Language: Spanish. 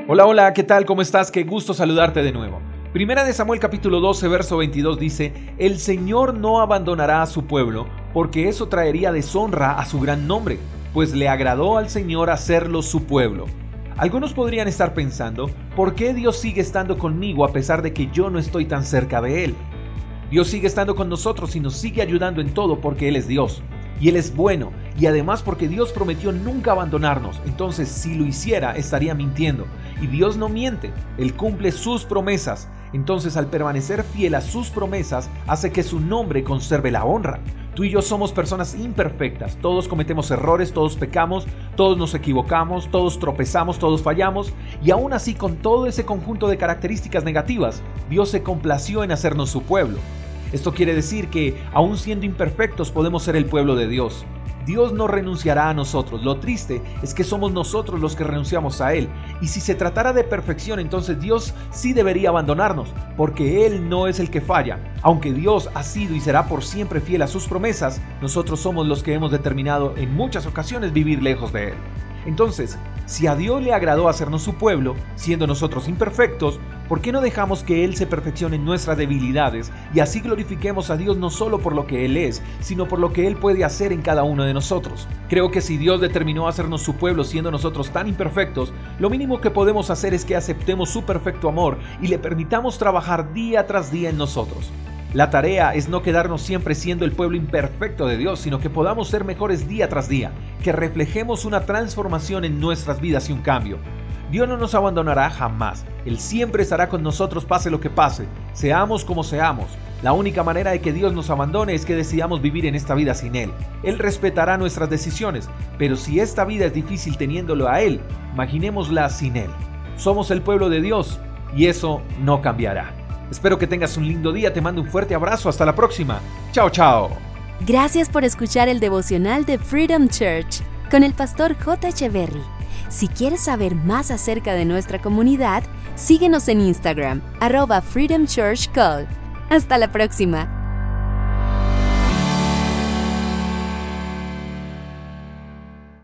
Hola, hola, ¿qué tal? ¿Cómo estás? Qué gusto saludarte de nuevo. Primera de Samuel capítulo 12, verso 22 dice: El Señor no abandonará a su pueblo, porque eso traería deshonra a su gran nombre, pues le agradó al Señor hacerlo su pueblo. Algunos podrían estar pensando: ¿por qué Dios sigue estando conmigo a pesar de que yo no estoy tan cerca de Él? Dios sigue estando con nosotros y nos sigue ayudando en todo porque Él es Dios. Y Él es bueno, y además porque Dios prometió nunca abandonarnos. Entonces, si lo hiciera, estaría mintiendo. Y Dios no miente, Él cumple sus promesas. Entonces, al permanecer fiel a sus promesas, hace que su nombre conserve la honra. Tú y yo somos personas imperfectas, todos cometemos errores, todos pecamos, todos nos equivocamos, todos tropezamos, todos fallamos, y aún así, con todo ese conjunto de características negativas, Dios se complació en hacernos su pueblo. Esto quiere decir que, aún siendo imperfectos, podemos ser el pueblo de Dios. Dios no renunciará a nosotros. Lo triste es que somos nosotros los que renunciamos a Él. Y si se tratara de perfección, entonces Dios sí debería abandonarnos, porque Él no es el que falla. Aunque Dios ha sido y será por siempre fiel a sus promesas, nosotros somos los que hemos determinado en muchas ocasiones vivir lejos de Él. Entonces, si a Dios le agradó hacernos su pueblo, siendo nosotros imperfectos, ¿por qué no dejamos que Él se perfeccione en nuestras debilidades y así glorifiquemos a Dios no solo por lo que Él es, sino por lo que Él puede hacer en cada uno de nosotros? Creo que si Dios determinó hacernos su pueblo siendo nosotros tan imperfectos, lo mínimo que podemos hacer es que aceptemos su perfecto amor y le permitamos trabajar día tras día en nosotros. La tarea es no quedarnos siempre siendo el pueblo imperfecto de Dios, sino que podamos ser mejores día tras día, que reflejemos una transformación en nuestras vidas y un cambio. Dios no nos abandonará jamás. Él siempre estará con nosotros pase lo que pase, seamos como seamos. La única manera de que Dios nos abandone es que decidamos vivir en esta vida sin Él. Él respetará nuestras decisiones, pero si esta vida es difícil teniéndolo a Él, imaginémosla sin Él. Somos el pueblo de Dios y eso no cambiará. Espero que tengas un lindo día, te mando un fuerte abrazo, hasta la próxima. Chao, chao. Gracias por escuchar el devocional de Freedom Church con el pastor J. Berry. Si quieres saber más acerca de nuestra comunidad, síguenos en Instagram, @Freedom Church Call. Hasta la próxima.